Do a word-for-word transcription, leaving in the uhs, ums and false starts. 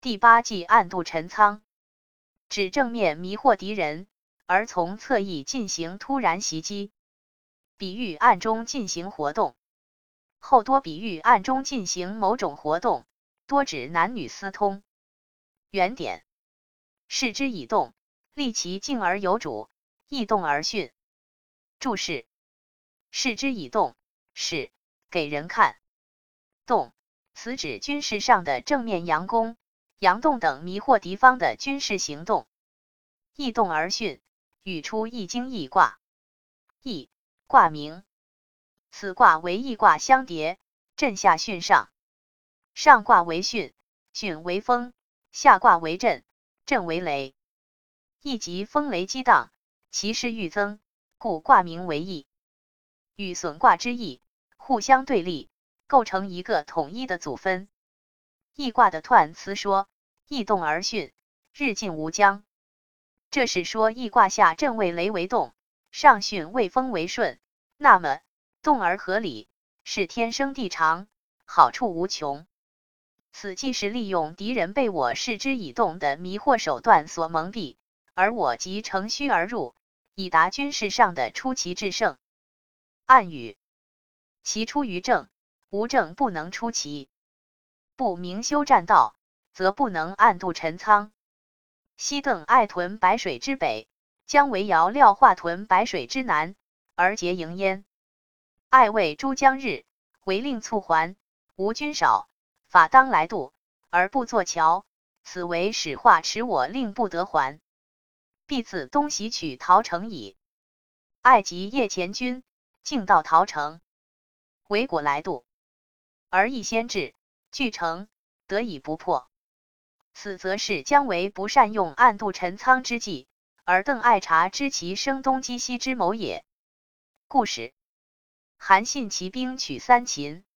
第八计暗度陈仓，指正面迷惑敌人，而从侧翼进行突然袭击。比喻暗中进行活动，后多比喻暗中进行某种活动，多指男女私通。原点：视之以动，立其静而有主，易动而徇。注释：视之以动，是给人看。动，此指军事上的正面佯攻、佯动等迷惑敌方的军事行动。易动而徇，语出易经易卦。易，卦名。此卦为易卦相叠，震下巽上。上卦为巽，巽为风；下卦为震，震为雷。易即风雷激荡，其势愈增，故卦名为易。与损卦之意互相对立，构成一个统一的组分。易卦的彖辞说：易动而巽，日进无疆。这是说易卦下震为雷为动，上巽为风为顺，那么动而合理，是天生地长，好处无穷。此既是利用敌人被我视之以动的迷惑手段所蒙蔽，而我即乘虚而入，以达军事上的出奇制胜。暗语：其出于正，无正不能出奇。不明修栈道，则不能暗度陈仓。西邓爱屯白水之北，姜维尧廖化屯白水之南，而结营焉。爱谓诸将日，为令促还，吴军少，法当来渡，而不作桥，此为使化持我令不得还。必自东西取陶城矣。爱及夜前军，径到陶城，为果来渡，而亦先至，据城，得以不破。此则是姜维不善用暗度陈仓之计，而邓艾察知其声东击西之谋也。故事：韩信骑兵取三秦，